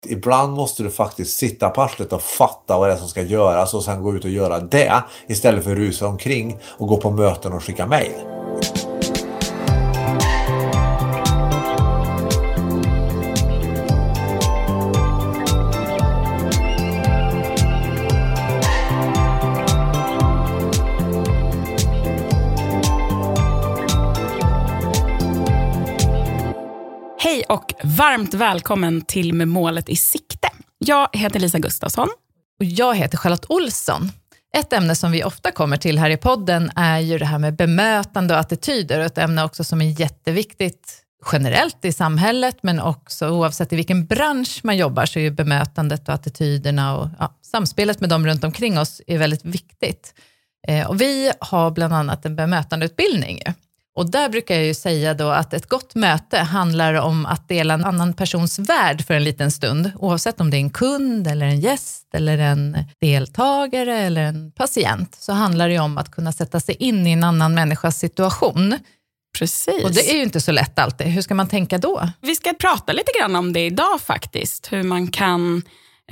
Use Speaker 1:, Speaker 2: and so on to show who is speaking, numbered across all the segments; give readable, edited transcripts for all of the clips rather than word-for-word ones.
Speaker 1: ibland måste du faktiskt sitta på arslet och fatta vad det är som ska göras och sen gå ut och göra det istället för att rusa omkring och gå på möten och skicka mejl.
Speaker 2: Hej och varmt välkommen till Med målet i sikte. Jag heter Lisa Gustafsson.
Speaker 3: Och jag heter Charlotte Olsson. Ett ämne som vi ofta kommer till här i podden är ju det här med bemötande och attityder. Och ett ämne också som är jätteviktigt generellt i samhället, men också oavsett i vilken bransch man jobbar så är ju bemötandet och attityderna och samspelet med dem runt omkring oss är väldigt viktigt. Och vi har bland annat en bemötandeutbildning. Och där brukar jag ju säga då att ett gott möte handlar om att dela en annan persons värld för en liten stund. Oavsett om det är en kund eller en gäst eller en deltagare eller en patient, så handlar det om att kunna sätta sig in i en annan människas situation.
Speaker 2: Precis.
Speaker 3: Och det är ju inte så lätt alltid. Hur ska man tänka då?
Speaker 2: Vi ska prata lite grann om det idag faktiskt. Hur man kan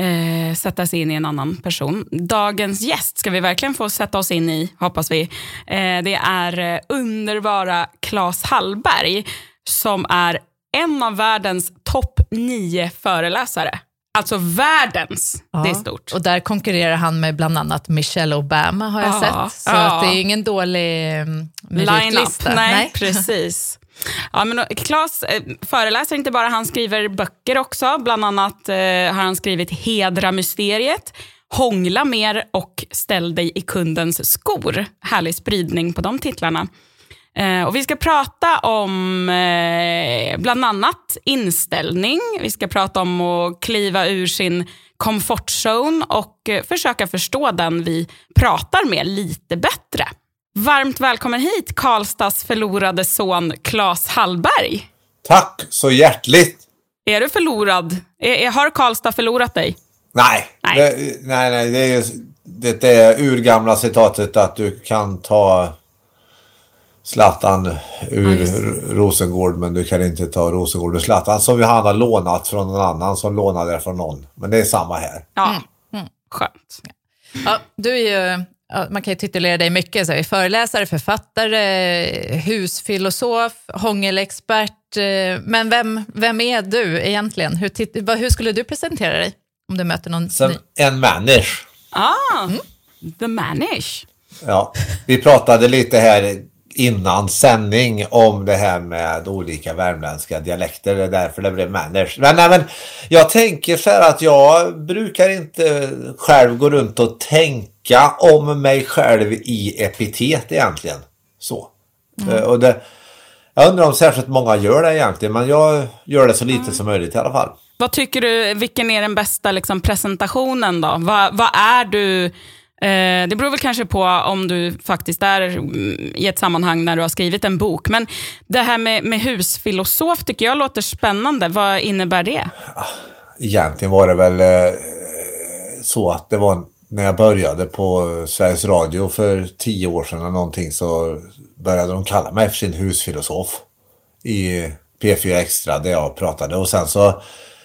Speaker 2: sätta sig in i en annan person. Dagens gäst ska vi verkligen få sätta oss in i, hoppas vi. Det är underbara Claes Hallberg som är en av världens topp 9 föreläsare. Alltså världens, det är stort.
Speaker 3: Och där konkurrerar han med bland annat Michelle Obama har jag sett. Så att det är ingen dålig meritlista.
Speaker 2: Nej, precis. Ja, men Claes föreläser inte bara, han skriver böcker också. Bland annat har han skrivit Hedra mysteriet, Hångla mer och Ställ dig i kundens skor. Härlig spridning på de titlarna. Och vi ska prata om bland annat inställning. Vi ska prata om att kliva ur sin comfort zone och försöka förstå den vi pratar med lite bättre. Varmt välkommen hit, Karlstads förlorade son Claes Hallberg.
Speaker 1: Tack så hjärtligt.
Speaker 2: Är du förlorad? Har Karlstad förlorat dig?
Speaker 1: Nej. Det är urgamla citatet att du kan ta Zlatan ur Rosengård, men du kan inte ta Rosengård ur Zlatan, som han har lånat från någon annan som lånade det från någon. Men det är samma här.
Speaker 2: Ja, skönt.
Speaker 3: Ja, du är ju... Man kan ju titulera dig mycket, så är föreläsare, författare, husfilosof, hångelexpert. Men vem är du egentligen? Hur skulle du presentera dig om du möter någon
Speaker 1: som
Speaker 3: ny?
Speaker 1: En människa.
Speaker 2: The Manish.
Speaker 1: Ja, vi pratade lite här innan sändning om det här med olika värmländska dialekter. Det är därför det blev människa. Men jag tänker så här att jag brukar inte själv gå runt och tänka om mig själv i epitet egentligen. Så. Och jag undrar om särskilt många gör det egentligen, men jag gör det så lite som möjligt i alla fall.
Speaker 2: Vad tycker du, vilken är den bästa liksom, presentationen då? Vad är du? Det beror väl kanske på om du faktiskt är i ett sammanhang när du har skrivit en bok. Men det här med husfilosof tycker jag låter spännande. Vad innebär det?
Speaker 1: Egentligen var det väl så att det var när jag började på Sveriges Radio för 10 år sedan eller någonting, så började de kalla mig för sin husfilosof i P4 Extra där jag pratade. Och sen så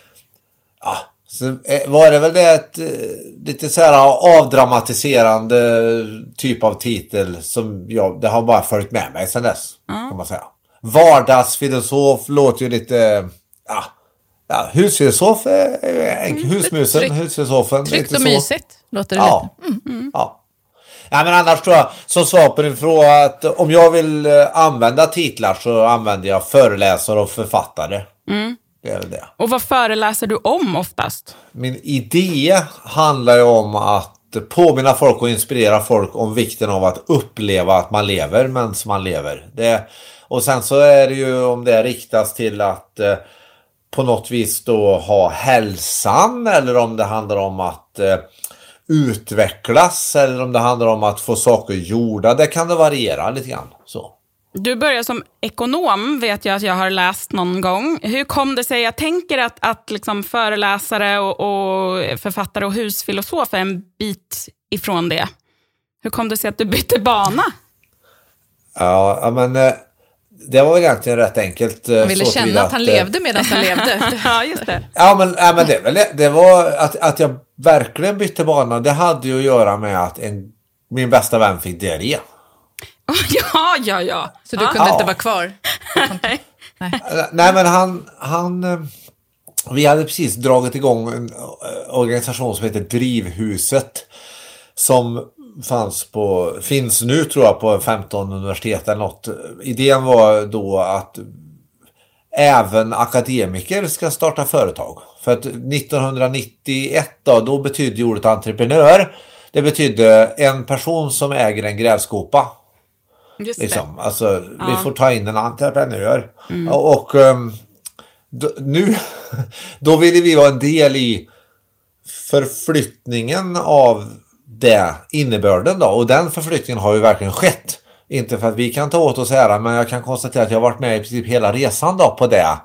Speaker 1: var det väl det lite så här avdramatiserande typ av titel som det har bara följt med mig sedan dess, kan man säga. Vardagsfilosof låter ju lite husfilosof, husmusen, husfilosofen.
Speaker 3: Tryggt och mysigt låter det lite.
Speaker 1: Ja, men annars tror jag, som svar på din fråga, att om jag vill använda titlar så använder jag föreläsare och författare. Det är väl det.
Speaker 2: Och vad föreläser du om oftast?
Speaker 1: Min idé handlar ju om att påminna folk och inspirera folk om vikten av att uppleva att man lever medan man lever. Och sen så är det ju, om det riktas till att på något vis då ha hälsan, eller om det handlar om att utvecklas, eller om det handlar om att få saker gjorda. Det kan det variera lite grann så.
Speaker 2: Du börjar som ekonom, vet jag att jag har läst någon gång. Hur kom det sig? Jag tänker att liksom föreläsare och författare och husfilosof är en bit ifrån det. Hur kom det sig att du bytte bana?
Speaker 1: Ja, men det var väl egentligen rätt enkelt.
Speaker 3: Han ville känna att han levde medan han levde.
Speaker 2: Ja, just det.
Speaker 1: Ja, men det var att jag verkligen bytte bana. Det hade ju att göra med att min bästa vän fick diarré.
Speaker 2: Ja.
Speaker 3: Så du kunde inte vara kvar?
Speaker 1: Nej, men han vi hade precis dragit igång en organisation som heter Drivhuset, som finns nu tror jag på 15 universitet eller något. Idén var då att även akademiker ska starta företag. För att 1991 då betydde ordet entreprenör, det betydde en person som äger en grävskopa.
Speaker 2: Just
Speaker 1: liksom. Alltså, vi får ta in en entreprenör. Och då ville vi vara en del i förflyttningen av det innebörden då. Och den förflyttningen har ju verkligen skett. Inte för att vi kan ta åt oss äran, men jag kan konstatera att jag har varit med i princip hela resan då på det.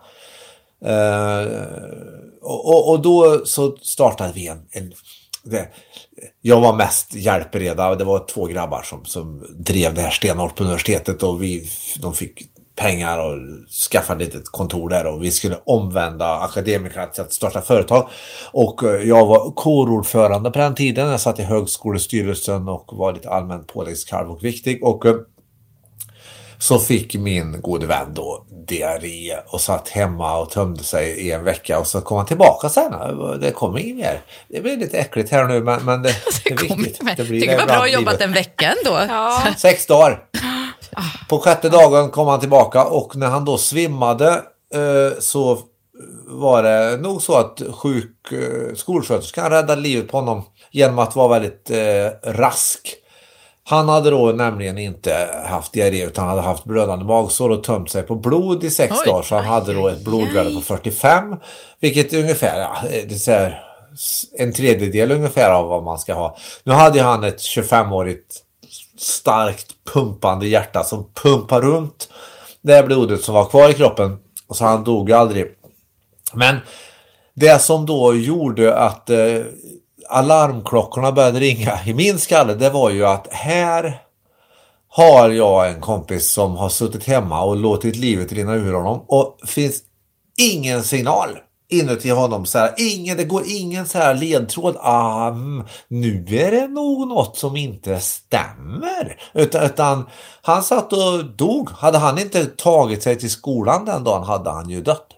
Speaker 1: Och då så startade vi jag var mest hjälpreda. Det var 2 grabbar som drev det här stenhårt på universitetet, och de fick pengar och skaffade ett kontor där, och vi skulle omvända akademikerna till att starta företag. Och jag var kårordförande på den tiden. Jag satt i högskolestyrelsen och var lite allmänt påläggskalv och viktig, och så fick min gode vän då diarré och satt hemma och tömde sig i en vecka, och så kom han tillbaka sen. Det kommer inget mer. Det blir lite äckligt här nu, men det är viktigt. Det blir
Speaker 3: tycker det var bra jobbat en vecka ändå.
Speaker 2: Ja.
Speaker 1: 6 dagar. På 6:e dagen kom han tillbaka, och när han då svimmade så var det nog så att skolsköterskan räddade livet på honom genom att vara väldigt rask. Han hade då nämligen inte haft diarré, utan hade haft blödande magsår och tömt sig på blod i 6 dagar. Så han hade då ett blodvärde på 45, vilket är ungefär det är en tredjedel ungefär av vad man ska ha. Nu hade han ett 25-årigt starkt pumpande hjärta som pumpar runt det blodet som var kvar i kroppen, och så han dog aldrig. Men det som då gjorde att alarmklockorna började ringa i min skalle, det var ju att här har jag en kompis som har suttit hemma och låtit livet rinna ur honom, och finns ingen signal inuti honom, så här, det går ingen så här ledtråd, nu är det nog något som inte stämmer, utan han satt och dog. Hade han inte tagit sig till skolan den dagen hade han ju dött.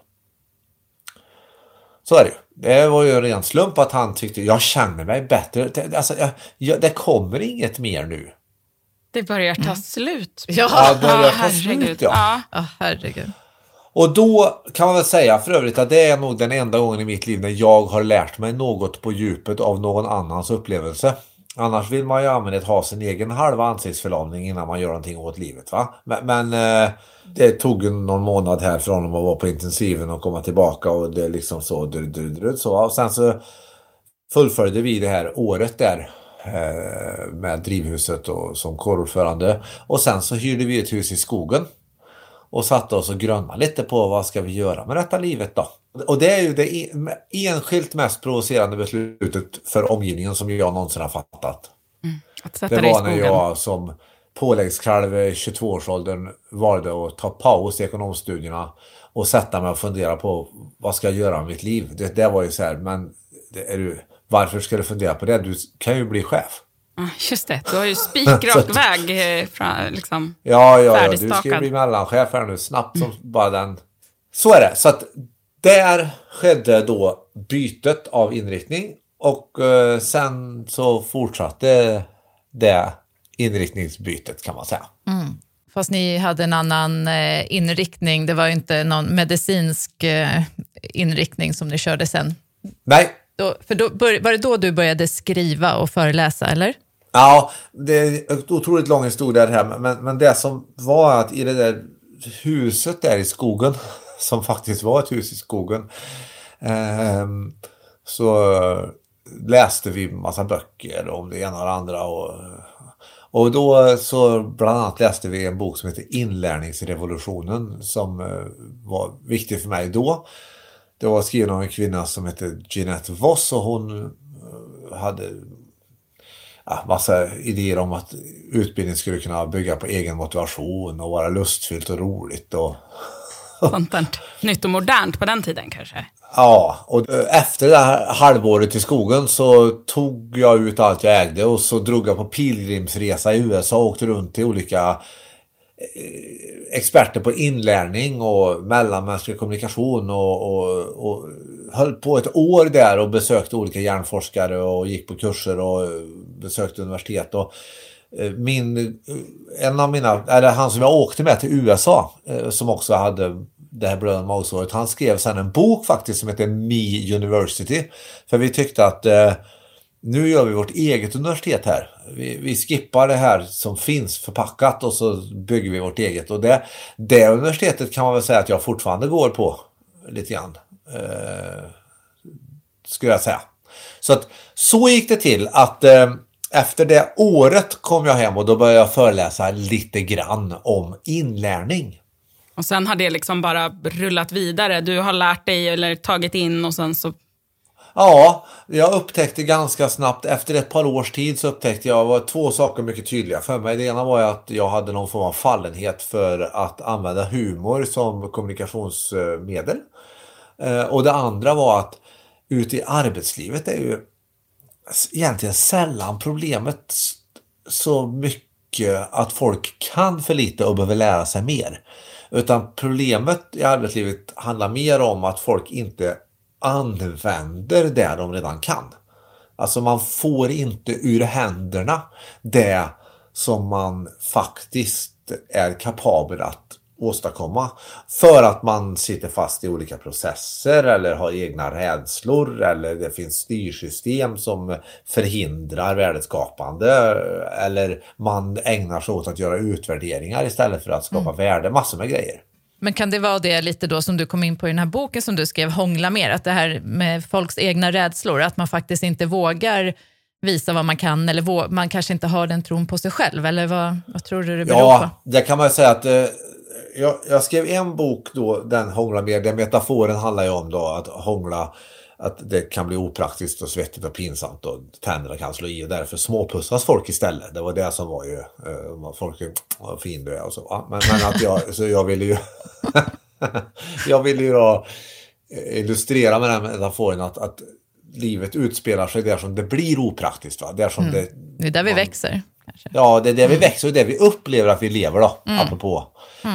Speaker 1: Så är det ju. Det var ju en ren slump att han tyckte, jag känner mig bättre, alltså, det kommer inget mer nu.
Speaker 2: Det börjar ta slut.
Speaker 1: Ja, det börjar ta slut, ja.
Speaker 3: Herregud.
Speaker 1: Och då kan man väl säga för övrigt att det är nog den enda gången i mitt liv när jag har lärt mig något på djupet av någon annans upplevelse. Annars vill man ju använda ha sin egen halva ansiktsförlamning innan man gör någonting åt livet, va? Men det tog någon månad här från honom att vara på intensiven och komma tillbaka, och det är liksom så. Och sen så fullföljde vi det här året där med Drivhuset och som kårordförande. Och sen så hyrde vi ett hus i skogen och satte oss och grönnade lite på vad ska vi göra med detta livet då. Och det är ju det enskilt mest provocerande beslutet för omgivningen som jag någonsin har fattat.
Speaker 2: Att sätta
Speaker 1: det
Speaker 2: dig i
Speaker 1: var
Speaker 2: skogen.
Speaker 1: när jag som påläggskalv i 22-årsåldern valde att ta paus i ekonomstudierna och sätta mig och fundera på vad ska jag göra med mitt liv. Det var ju så här, men varför ska du fundera på det? Du kan ju bli chef.
Speaker 2: Just det, du har ju spikrak väg liksom.
Speaker 1: Ja, du ska ju bli mellanchef här nu, snabbt som bara den. Så är det, så att där skedde då bytet av inriktning, och sen så fortsatte det inriktningsbytet, kan man säga.
Speaker 3: Fast ni hade en annan inriktning, det var ju inte någon medicinsk inriktning som ni körde sen.
Speaker 1: Nej.
Speaker 3: Var det då du började skriva och föreläsa, eller?
Speaker 1: Ja, det är ett otroligt lång historia det här, men det som var att i det där huset där i skogen, som faktiskt var ett hus i skogen, så läste vi massa böcker om det ena och det andra, och då så bland annat läste vi en bok som heter Inlärningsrevolutionen, som var viktig för mig då. Det var skriven av en kvinna som heter Jeanette Voss, och hon hade massa idéer om att utbildning skulle kunna bygga på egen motivation och vara lustfyllt och roligt.
Speaker 2: Sånt där nytt och modernt på den tiden kanske.
Speaker 1: Ja, och efter det här halvåret i skogen så tog jag ut allt jag ägde och så drog jag på pilgrimsresa i USA och åkte runt till olika experter på inlärning och mellanmänsklig kommunikation och höll på ett år där och besökte olika hjärnforskare och gick på kurser och besökte universitet. Och han som jag åkte med till USA som också hade det här blöda magsåret, han skrev sedan en bok faktiskt som heter Me University, för vi tyckte att nu gör vi vårt eget universitet här. Vi skippar det här som finns förpackat och så bygger vi vårt eget. Och det universitetet kan man väl säga att jag fortfarande går på lite grann. Skulle jag säga. Så gick det till att efter det året kom jag hem och då började jag föreläsa lite grann om inlärning.
Speaker 2: Och sen har det liksom bara rullat vidare. Du har lärt dig eller tagit in och sen så...
Speaker 1: Ja, jag upptäckte ganska snabbt, efter ett par års tid så upptäckte jag var två saker mycket tydliga för mig. Det ena var att jag hade någon form av fallenhet för att använda humor som kommunikationsmedel. Och det andra var att ute i arbetslivet är ju egentligen sällan problemet så mycket att folk kan för lite och behöver lära sig mer. Utan problemet i arbetslivet handlar mer om att folk inte använder det de redan kan. Alltså man får inte ur händerna det som man faktiskt är kapabel att åstadkomma. För att man sitter fast i olika processer eller har egna rädslor eller det finns styrsystem som förhindrar värdeskapande eller man ägnar sig åt att göra utvärderingar istället för att skapa värde, massor med grejer.
Speaker 3: Men kan det vara det lite då som du kom in på i den här boken som du skrev, Hångla mer, att det här med folks egna rädslor, att man faktiskt inte vågar visa vad man kan eller man kanske inte har den tron på sig själv, eller vad tror du det beror på?
Speaker 1: Ja, det kan man säga att jag skrev en bok då, den Hångla mer, den metaforen handlar ju om då att hångla, att det kan bli opraktiskt och svettigt och pinsamt och tänderna kan slå i och därför småpussas folk istället. Det var det som var ju folk var finbröd och så. Men att jag ville ju jag ville ju då illustrera med den metaforen att livet utspelar sig där som det blir opraktiskt, va? Där som det
Speaker 3: är där vi växer. Kanske.
Speaker 1: Ja, det är där vi växer och det vi upplever att vi lever då, apropå.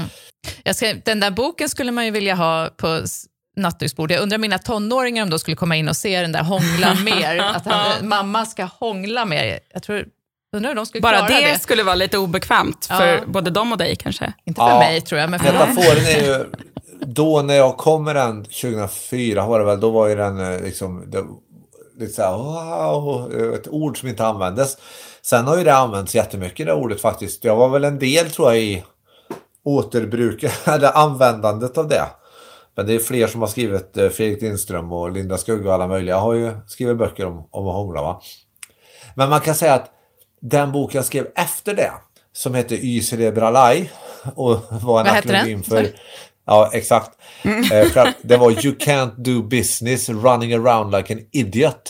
Speaker 3: Den där boken skulle man ju vilja ha på nattduksbord. Jag undrar mina tonåringar om de skulle komma in och se den där Hångla mer. Att mamma ska hångla mer. Undrar hur de skulle
Speaker 2: bara
Speaker 3: klara det.
Speaker 2: Det skulle vara lite obekvämt för både dem och dig kanske.
Speaker 3: Inte för mig tror jag, men för
Speaker 1: metaforen är ju då när jag kommer den 2004 var det väl, då var ju den liksom lite så här, wow, ett ord som inte användes. Sen har ju det använts jättemycket det ordet faktiskt. Jag var väl en del tror jag i återbruket eller användandet av det. Men det är fler som har skrivit, Fredrik Lindström och Linda Skugg och alla möjliga har ju skrivit böcker om att hångla, va. Men man kan säga att den bok jag skrev efter det som heter Y cerebralai och var en akronym för... Ja, exakt. Det var You can't do business running around like an idiot.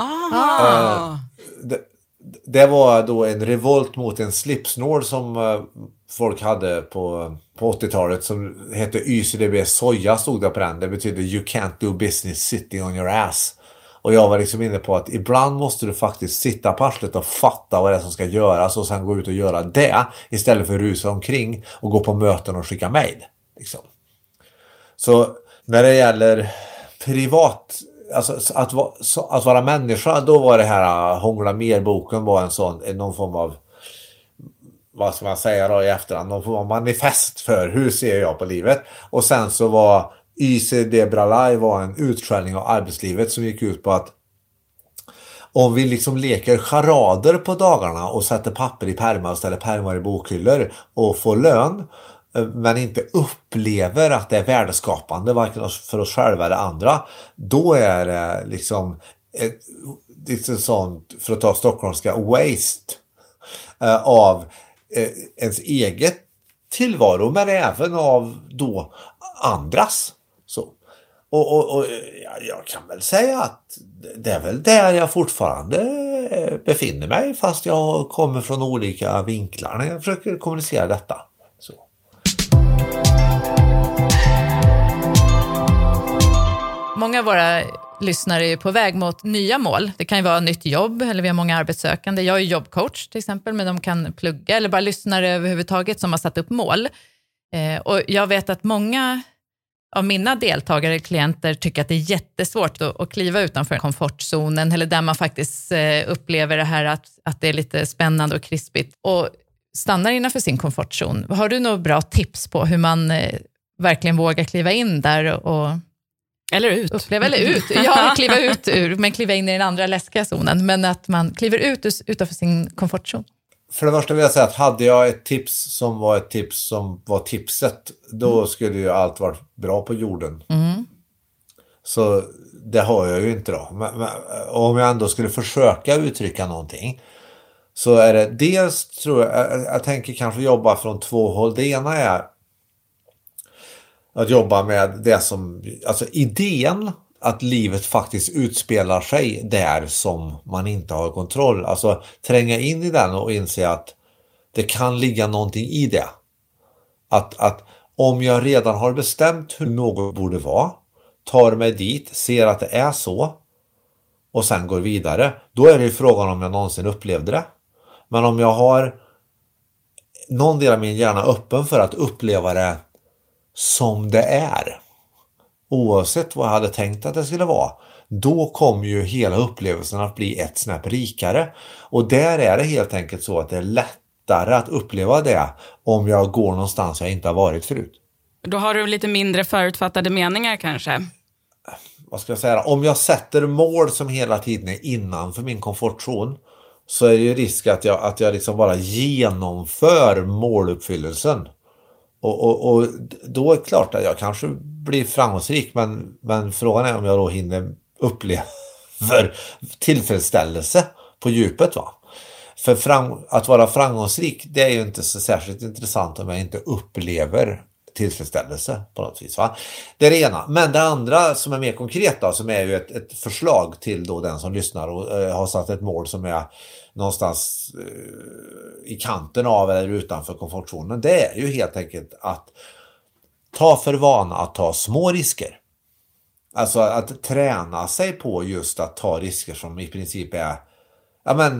Speaker 1: Det var då en revolt mot en slipsnål som folk hade på 80-talet som hette YCDB soja, stod där på den. Det betyder You can't do business sitting on your ass. Och jag var liksom inne på att ibland måste du faktiskt sitta på arslet och fatta vad det är som ska göras och sen gå ut och göra det istället för att rusa omkring och gå på möten och skicka mejl. Liksom. Så när det gäller privat, alltså att vara människa, då var det här Hångla mer-boken var en sån, någon form av, vad ska man säga då i efterhand, någon form av manifest för hur ser jag på livet. Och sen så var YCD-bralai var en utskällning av arbetslivet som gick ut på att om vi liksom leker charader på dagarna och sätter papper i pärmar och ställer pärmar i bokhyllor och får lön, men inte upplever att det är värdeskapande varken för oss själva eller andra, då är det liksom ett sånt, för att ta stockholmska, waste av ens eget tillvaro, men även av då andras. Så. Och jag kan väl säga att det är väl där jag fortfarande befinner mig fast jag kommer från olika vinklar när jag försöker kommunicera detta. Så.
Speaker 3: Många av våra lyssnare är på väg mot nya mål. Det kan ju vara nytt jobb eller vi har många arbetssökande. Jag är jobbcoach till exempel, men de kan plugga eller bara lyssnare överhuvudtaget som har satt upp mål. Och jag vet att många av mina deltagare, klienter, tycker att det är jättesvårt att kliva utanför komfortzonen eller där man faktiskt upplever det här att det är lite spännande och krispigt och stannar innanför sin komfortzon. Har du några bra tips på hur man verkligen vågar kliva in där och
Speaker 2: eller ut.
Speaker 3: Uppleva eller ut. Ja, kliva ut ur, men kliva in i den andra läskiga zonen. Men att man kliver ut utanför sin komfortzon.
Speaker 1: För det första vill jag säga att hade jag ett tips som var tipset, då skulle ju allt varit bra på jorden. Så det har jag ju inte då. Men om jag ändå skulle försöka uttrycka någonting, så är det dels, tror jag tänker kanske jobba från två håll. Det ena är att jobba med det som, alltså idén att livet faktiskt utspelar sig där som man inte har kontroll. Alltså tränga in i den och inse att det kan ligga någonting i det. Att om jag redan har bestämt hur något borde vara, tar mig dit, ser att det är så och sen går vidare, då är det ju frågan om jag någonsin upplevde det. Men om jag har någon del av min hjärna öppen för att uppleva det som det är, oavsett vad jag hade tänkt att det skulle vara, då kommer ju hela upplevelsen att bli ett snäpp rikare. Och där är det helt enkelt så att det är lättare att uppleva det om jag går någonstans jag inte har varit förut.
Speaker 2: Då har du lite mindre förutfattade meningar kanske?
Speaker 1: Vad ska jag säga? Om jag sätter mål som hela tiden är innanför min komfortzon, så är det ju risk att jag liksom bara genomför måluppfyllelsen. Och då är det klart att jag kanske blir framgångsrik, men frågan är om jag då hinner uppleva tillfredsställelse på djupet, va? För att vara framgångsrik, det är ju inte så särskilt intressant om jag inte upplever tillfredsställelse på något vis, va? Det är det ena. Men det andra som är mer konkret då, som är ju ett förslag till då den som lyssnar och har satt ett mål som är någonstans i kanten av eller utanför komfortzonen, det är ju helt enkelt att ta för vana att ta små risker. Alltså att träna sig på just att ta risker som i princip är, ja men,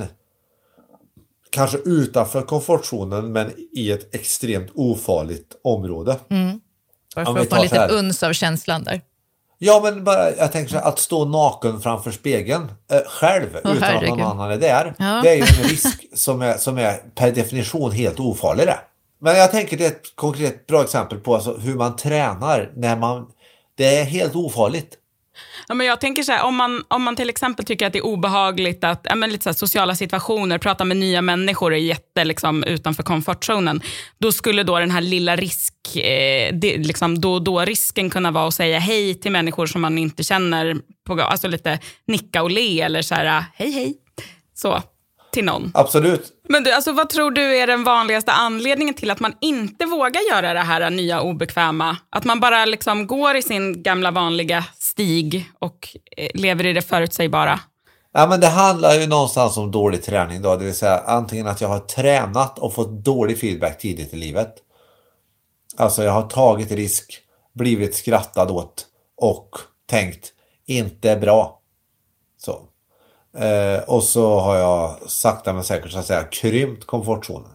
Speaker 1: kanske utanför komfortzonen men i ett extremt ofarligt område.
Speaker 3: Bara för att få en liten uns av känslan där.
Speaker 1: Ja, men bara, jag tänker så här, att stå naken framför spegeln själv utan att någon annan är där. Ja. Det är ju en risk som är per definition helt ofarlig det. Men jag tänker det är ett konkret bra exempel på alltså hur man tränar när det är helt ofarligt.
Speaker 2: Ja, men jag tänker så här, om man till exempel tycker att det är obehagligt att lite så här, sociala situationer, prata med nya människor är jätte liksom, utanför komfortzonen, då skulle då den här lilla liksom, då risken kunna vara att säga hej till människor som man inte känner, alltså lite nicka och le eller så här hej så till någon.
Speaker 1: Absolut.
Speaker 2: Men du, alltså, vad tror du är den vanligaste anledningen till att man inte vågar göra det här nya obekväma? Att man bara liksom går i sin gamla vanliga stig och lever i det förutsägbara?
Speaker 1: Ja, men det handlar ju någonstans om dålig träning då. Det vill säga antingen att jag har tränat och fått dålig feedback tidigt i livet. Alltså jag har tagit risk, blivit skrattad åt och tänkt inte bra. Så. Och så har jag sakta men säkert så att säga krympt komfortzonen.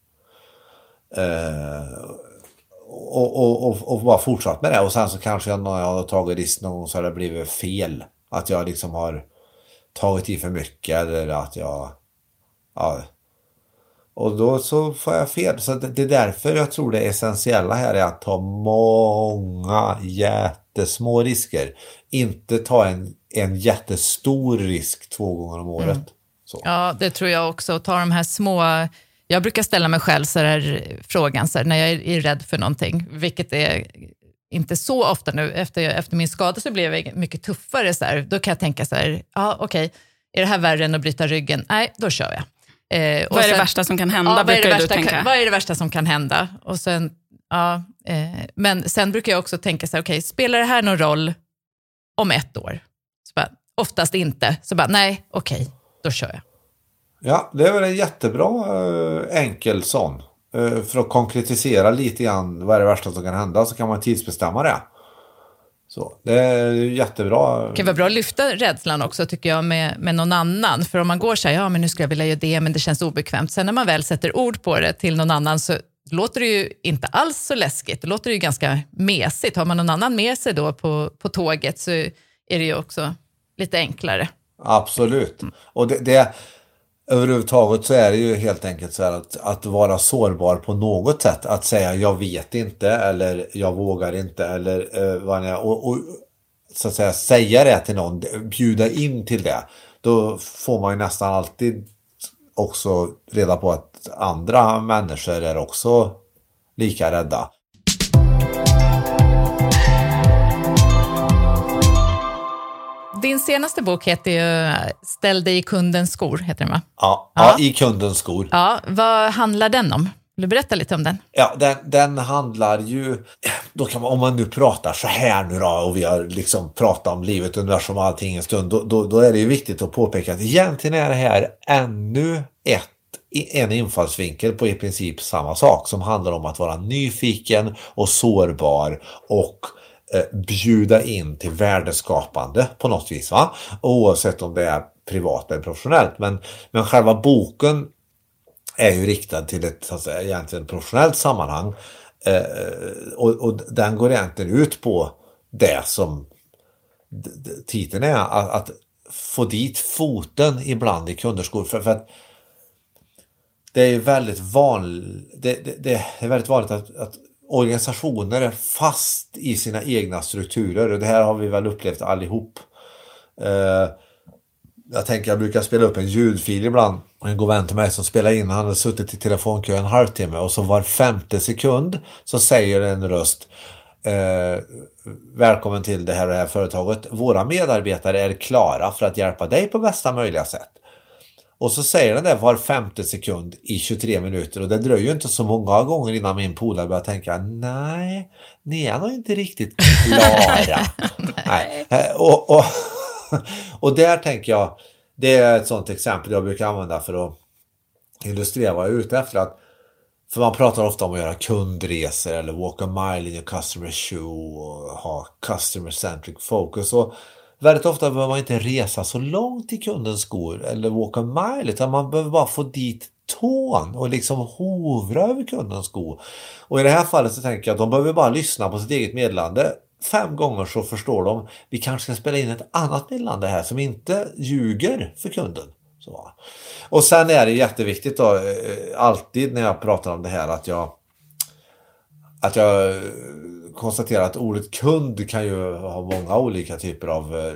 Speaker 1: Och bara fortsatt med det. Och sen så kanske jag när jag har tagit risk någon gång så har det blivit fel. Att jag liksom har tagit i för mycket eller att jag... Ja. Och då så får jag fel. Så det är därför jag tror det essentiella här är att ta många jättesmå risker. Inte ta en jättestor risk 2 gånger om året. Så.
Speaker 3: Ja, det tror jag också. Ta de här små... Jag brukar ställa mig själv så här frågan så här, när jag är rädd för någonting. Vilket är inte så ofta nu. Efter min skada så blev jag mycket tuffare. Så här. Då kan jag tänka så här, ja okej. Är det här värre än att bryta ryggen? Nej, då kör jag.
Speaker 2: Vad är det värsta som kan hända? Vad
Speaker 3: är det värsta som kan hända? Och sen, men sen brukar jag också tänka så här, okej, spelar det här någon roll om 1 år? Så bara, oftast inte. Så bara, nej, okej, då kör jag.
Speaker 1: Ja, det är väl en jättebra enkel sån. För att konkretisera lite grann vad är det värsta som kan hända, så kan man tidsbestämma det. Så det är jättebra.
Speaker 3: Det kan vara bra att lyfta rädslan också, tycker jag, med någon annan. För om man går så här, ja men nu ska jag vilja göra det, men det känns obekvämt. Sen när man väl sätter ord på det till någon annan så låter det ju inte alls så läskigt. Det låter ju ganska mesigt. Har man någon annan med sig då på tåget så är det ju också lite enklare.
Speaker 1: Absolut. Och det överhuvudtaget så är det ju helt enkelt så här att vara sårbar på något sätt. Att säga jag vet inte eller jag vågar inte eller vad det är. Och så att säga det till någon, bjuda in till det. Då får man ju nästan alltid också reda på att andra människor är också lika rädda.
Speaker 3: Din senaste bok heter ju Ställ dig i kundens skor, heter den va?
Speaker 1: Ja, i kundens skor.
Speaker 3: Ja, vad handlar den om? Vill du berätta lite om den?
Speaker 1: Ja, den handlar ju, då kan man, om man nu pratar så här nu då, och vi har liksom pratat om livet, universum och allting en stund, då är det ju viktigt att påpeka att egentligen är det här ännu en infallsvinkel på i princip samma sak, som handlar om att vara nyfiken och sårbar och bjuda in till värdeskapande på något vis, va? Oavsett om det är privat eller professionellt, men själva boken är ju riktad till ett så att säga, egentligen professionellt sammanhang, och den går egentligen ut på det som titeln är, att få dit foten ibland i kunders skor, för att det är väldigt vanligt, det är väldigt vanligt att organisationer är fast i sina egna strukturer, och det här har vi väl upplevt allihop. Jag brukar spela upp en ljudfil ibland. En god vän till mig som spelar in, han har suttit i telefonkö en halvtimme, och så var 5:e sekund så säger en röst: välkommen till det här företaget. Våra medarbetare är klara för att hjälpa dig på bästa möjliga sätt. Och så säger den där var 5:e sekund i 23 minuter, och det dröjer ju inte så många gånger innan min polare börjar tänka: nej, ni är nog inte riktigt klara. Nej. Och där tänker jag, det är ett sånt exempel jag brukar använda för att illustrera vad jag är ute efter. För man pratar ofta om att göra kundresor eller walk a mile in your customer shoe och ha customer centric focus, och väldigt ofta behöver man inte resa så långt i kundens skor eller walk a mile, utan man behöver bara få dit tån och liksom hovra över kundens skor. Och i det här fallet så tänker jag att de behöver bara lyssna på sitt eget meddelande 5 gånger, så förstår de: vi kanske ska spela in ett annat meddelande här som inte ljuger för kunden. Så. Och sen är det jätteviktigt då, alltid när jag pratar om det här, att jag konstaterar att ordet kund kan ju ha många olika typer av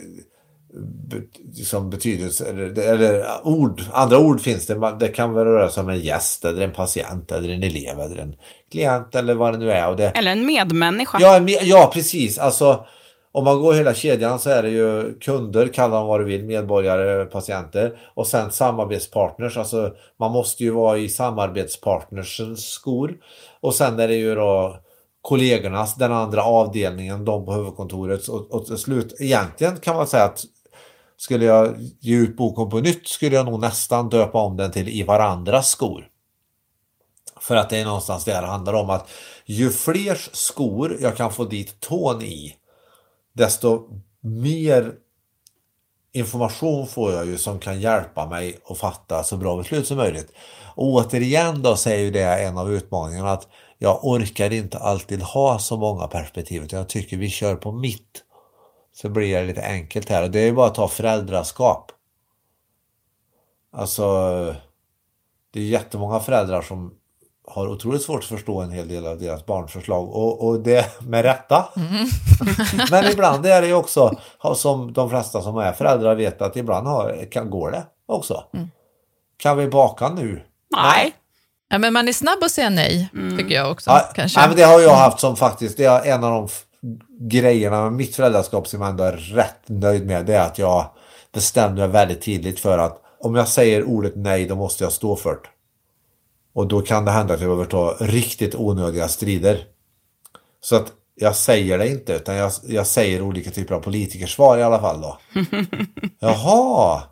Speaker 1: som betydelse, eller ord. Andra ord finns det kan väl röra sig om en gäst eller en patient eller en elev eller en klient eller vad det nu är. Och det,
Speaker 2: eller en medmänniska.
Speaker 1: Ja, precis. Alltså, om man går hela kedjan så är det ju kunder, kalla dem vad du vill, medborgare, patienter, och sen samarbetspartners. Alltså man måste ju vara i samarbetspartnersens skor, och sen är det ju då kollegornas, den andra avdelningen, de på huvudkontoret, och till slut, egentligen kan man säga att skulle jag ge ut boken på nytt skulle jag nog nästan döpa om den till i varandras skor. För att det är någonstans det här handlar om, att ju fler skor jag kan få dit tån i, desto mer information får jag ju som kan hjälpa mig att fatta så bra beslut som möjligt. Och återigen då säger ju det en av utmaningarna, att jag orkar inte alltid ha så många perspektiv, utan jag tycker vi kör på mitt. Så blir det lite enkelt här, och det är ju bara att ta föräldraskap. Alltså det är jättemånga föräldrar som har otroligt svårt att förstå en hel del av deras barns förslag, och det med rätta. Men ibland är det ju också, som de flesta som är föräldrar vet, att ibland går det också. Kan vi baka nu?
Speaker 2: Nej.
Speaker 3: Ja, men man är snabb att säga nej, tycker jag också.
Speaker 1: Ja,
Speaker 3: kanske.
Speaker 1: Ja, men det har jag haft som faktiskt, det är en av de grejerna med mitt föräldraskap som jag ändå är rätt nöjd med, det är att jag bestämde mig väldigt tidigt för att om jag säger ordet nej, då måste jag stå för det. Och då kan det hända att jag behöver ta riktigt onödiga strider. Så att jag säger det inte, utan jag säger olika typer av politikersvar i alla fall då. Jaha,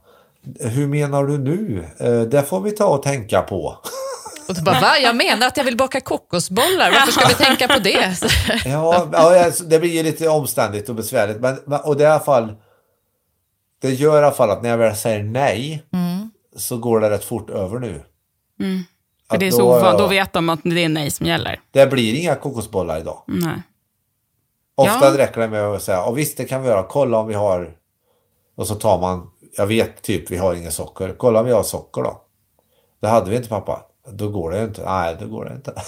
Speaker 1: hur menar du nu? Det får vi ta och tänka på.
Speaker 3: Och du bara, va? Jag menar att jag vill baka kokosbollar. Varför ska vi tänka på det?
Speaker 1: Ja, det blir ju lite omständigt och besvärligt. Och det är i alla fall, det gör i alla fall att när jag väl säger nej så går det rätt fort över nu.
Speaker 2: För det är så då vet de att det är nej som gäller.
Speaker 1: Det blir inga kokosbollar idag.
Speaker 2: Nej.
Speaker 1: Ofta räcker det med att säga, och visst det kan vi göra, kolla om vi har, och så tar man, jag vet typ vi har inga socker, kolla om vi har socker då. Det hade vi inte, pappa. Då går det inte. Nej, då går det inte.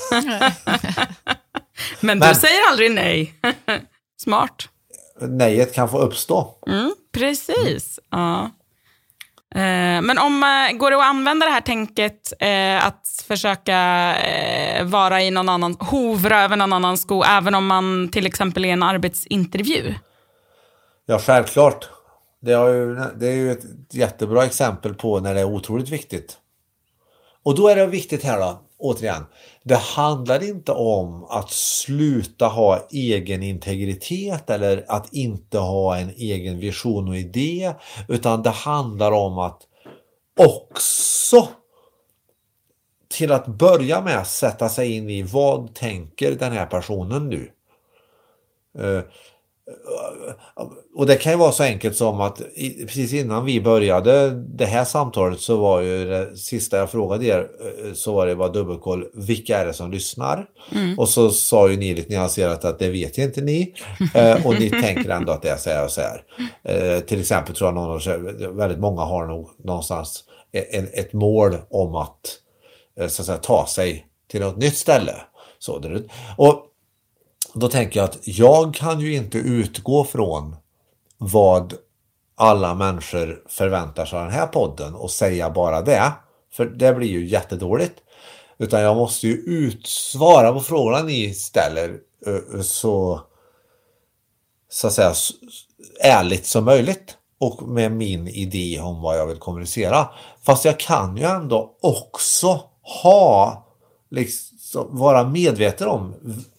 Speaker 2: Men du säger aldrig nej. Smart.
Speaker 1: Nejet kan få uppstå.
Speaker 2: Precis. Ja. Men om går det att använda det här tänket att försöka vara i någon annan, hovra över någon annan sko, även om man till exempel är en arbetsintervju?
Speaker 1: Ja, självklart. Det är ju ett jättebra exempel på när det är otroligt viktigt. Och då är det viktigt här då, återigen. Det handlar inte om att sluta ha egen integritet eller att inte ha en egen vision och idé. Utan det handlar om att också till att börja med sätta sig in i vad tänker den här personen nu. Och det kan ju vara så enkelt som att precis innan vi började det här samtalet så var ju det sista jag frågade er, så var det bara dubbelkoll, vilka är det som lyssnar? Och så sa ju ni lite nyanserat att det vet inte ni, och ni tänker ändå att det är så här och så här. Till exempel tror jag väldigt många har nog någonstans ett mål om att, så att säga, ta sig till något nytt ställe. Och då tänker jag att jag kan ju inte utgå från vad alla människor förväntar sig av den här podden och säga bara det. För det blir ju jättedåligt. Utan jag måste ju svara på frågorna ni ställer så att säga ärligt som möjligt. Och med min idé om vad jag vill kommunicera. Fast jag kan ju ändå också vara medveten om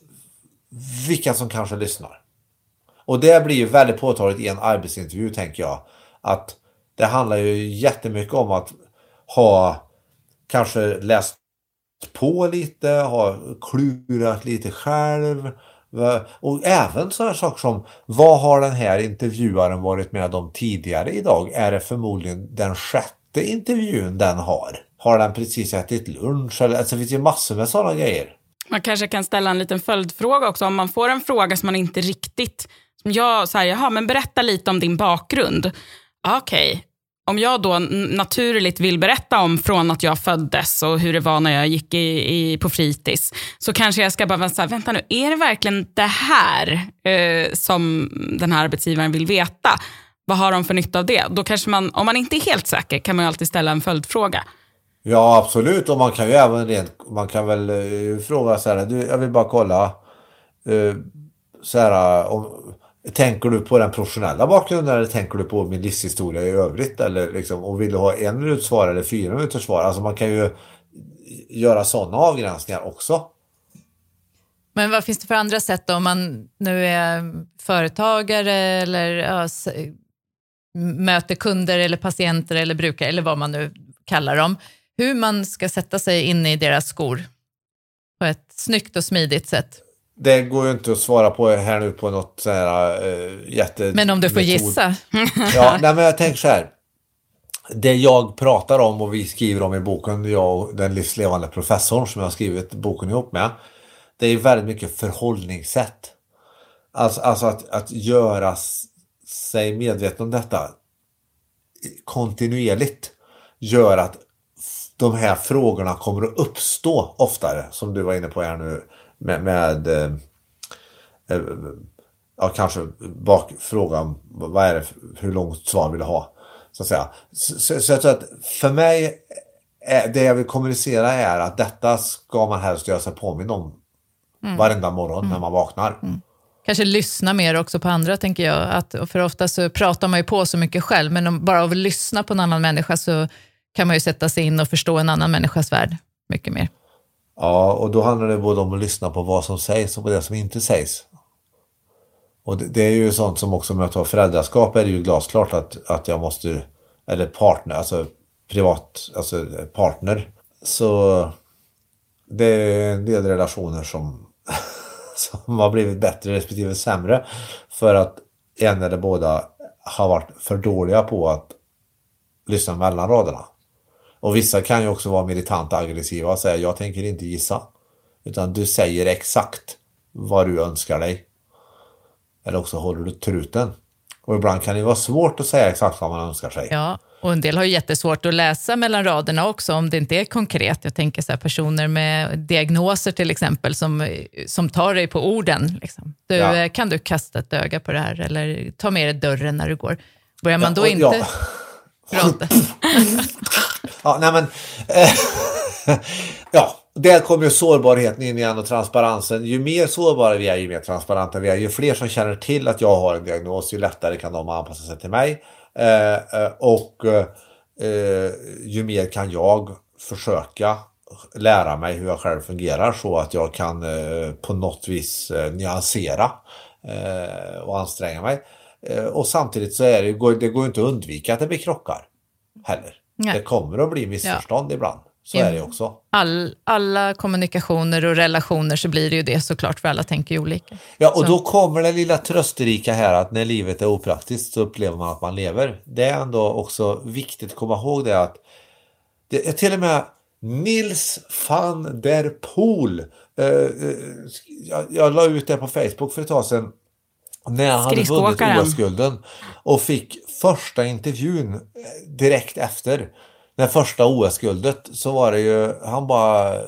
Speaker 1: vilka som kanske lyssnar. Och det blir ju väldigt påtagligt i en arbetsintervju, tänker jag. Att det handlar ju jättemycket om att ha kanske läst på lite, ha klurat lite själv. Och även sådana saker som, vad har den här intervjuaren varit med om tidigare idag? Är det förmodligen den 6:e intervjun den har? Har den precis ätit lunch? Alltså det finns ju massor med sådana grejer.
Speaker 2: Man kanske kan ställa en liten följdfråga också. Om man får en fråga som man inte riktigt... Som jag säger, jaha, men berätta lite om din bakgrund. Okej. Om jag då naturligt vill berätta om från att jag föddes och hur det var när jag gick på fritids, så kanske jag ska bara säga, vänta nu, är det verkligen det här som den här arbetsgivaren vill veta? Vad har de för nytta av det? Då kanske man, om man inte är helt säker, kan man ju alltid ställa en följdfråga.
Speaker 1: Ja, absolut. Och man kan ju även man kan väl fråga så här, jag vill bara kolla så här, tänker du på den professionella bakgrunden eller tänker du på min livshistoria i övrigt, eller liksom, och vill du ha 1 minut svar eller 4 minuters svar? Alltså man kan ju göra sådana avgränsningar också.
Speaker 3: Men vad finns det för andra sätt då, om man nu är företagare eller möter kunder eller patienter eller brukare eller vad man nu kallar dem, hur man ska sätta sig in i deras skor på ett snyggt och smidigt sätt?
Speaker 1: Det går ju inte att svara på här nu på något så här jätte...
Speaker 3: Men om du får gissa.
Speaker 1: Ja, nej, men jag tänker så här. Det jag pratar om och vi skriver om i boken, jag och den livslevande professorn som jag har skrivit boken ihop med, det är väldigt mycket förhållningssätt. Alltså att göra sig medveten om detta kontinuerligt gör att de här frågorna kommer att uppstå oftare, som du var inne på här nu med kanske bakfrågan, vad är det, hur långt svar vill du ha, så att säga. Så jag tror att för mig det jag vill kommunicera är att detta ska man helst göra sig påminn om varenda morgon när man vaknar.
Speaker 3: Kanske lyssna mer också på andra, tänker jag. För ofta så pratar man ju på så mycket själv, men om bara att lyssna på en annan människa så kan man ju sätta sig in och förstå en annan människas värld mycket mer.
Speaker 1: Ja, och då handlar det både om att lyssna på vad som sägs och på det som inte sägs. Och det är ju sånt som också med att ha föräldraskap är det ju glasklart att eller partner, alltså privat, alltså partner, så det är en del relationer som har blivit bättre respektive sämre för att en eller båda har varit för dåliga på att lyssna mellan raderna. Och vissa kan ju också vara militant aggressiva och säga jag tänker inte gissa, utan du säger exakt vad du önskar dig. Eller också håller du truten. Och ibland kan det vara svårt att säga exakt vad man önskar sig.
Speaker 3: Ja, och en del har ju jättesvårt att läsa mellan raderna också om det inte är konkret. Jag tänker så här, personer med diagnoser till exempel som tar dig på orden. Liksom. Kan du kasta ett öga på det här eller ta med dig dörren när du går? Börjar man då inte prata?
Speaker 1: Ja, nej men... ja, där kommer ju sårbarheten in igen och transparensen. Ju mer sårbara vi är, ju mer transparenta vi är. Ju fler som känner till att jag har en diagnos, ju lättare kan de anpassa sig till mig. Ju mer kan jag försöka lära mig hur jag själv fungerar så att jag kan på något vis nyansera och anstränga mig. Och samtidigt så är det går inte att undvika att det blir krockar heller. Nej. Det kommer att bli missförstånd ibland. Så är det också.
Speaker 3: Alla kommunikationer och relationer så blir det ju det såklart, för alla tänker ju olika.
Speaker 1: Ja, och då kommer det lilla trösterika här att när livet är opraktiskt så upplever man att man lever. Det är ändå också viktigt att komma ihåg det att det är till och med Nils van der Poel. Jag la ut det på Facebook för ett tag sedan när han hade vunnit OS-gulden och fick första intervjun direkt efter det första OS-guldet, så var det ju, han bara